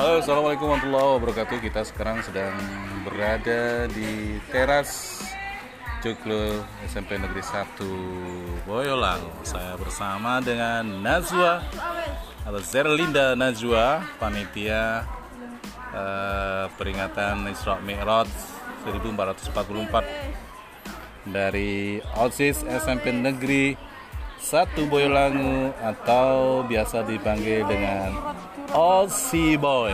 Halo, assalamualaikum warahmatullahi wabarakatuh. Kita sekarang sedang berada di teras Joglo SMP Negeri 1 Boyolali. Saya bersama dengan Najwa atau Zerlinda Najwa, panitia peringatan Isra Mi'raj 1444 dari OSIS SMP Negeri 1 Boyolali atau biasa dipanggil dengan Osi Boy.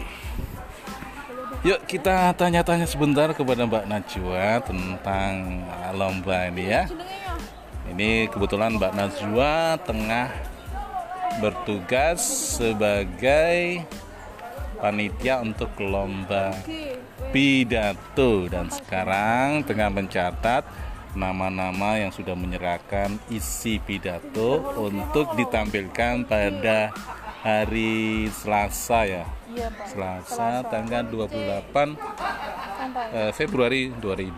Yuk kita tanya-tanya sebentar kepada Mbak Najwa tentang lomba ini ya. Ini kebetulan Mbak Najwa tengah bertugas sebagai panitia untuk lomba pidato dan sekarang tengah mencatat nama-nama yang sudah menyerahkan isi pidato untuk ditampilkan pada hari Selasa ya. Iya, Pak. Selasa tanggal 28 Februari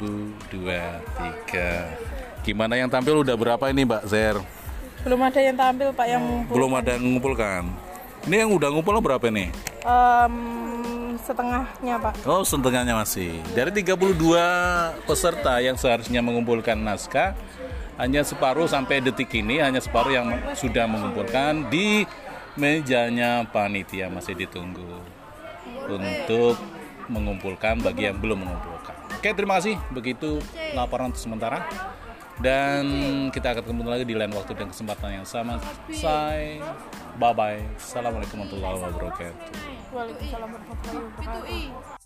2023. Gimana yang tampil udah berapa ini Mbak Zer? Belum ada yang tampil Pak yang ngumpul. Belum ada yang mengumpulkan. Ini yang udah ngumpul berapa nih? Setengahnya Pak. Oh, setengahnya masih. Dari 32 peserta yang seharusnya mengumpulkan naskah, hanya separuh sampai detik ini, hanya separuh yang sudah mengumpulkan di mejanya panitia. Masih ditunggu untuk mengumpulkan bagi yang belum mengumpulkan. Oke, terima kasih. Begitu laporan sementara. Dan kita akan ketemu lagi di lain waktu dan kesempatan yang sama. Bye-bye. Assalamualaikum warahmatullahi wabarakatuh. Waalaikumsalam warahmatullahi wabarakatuh.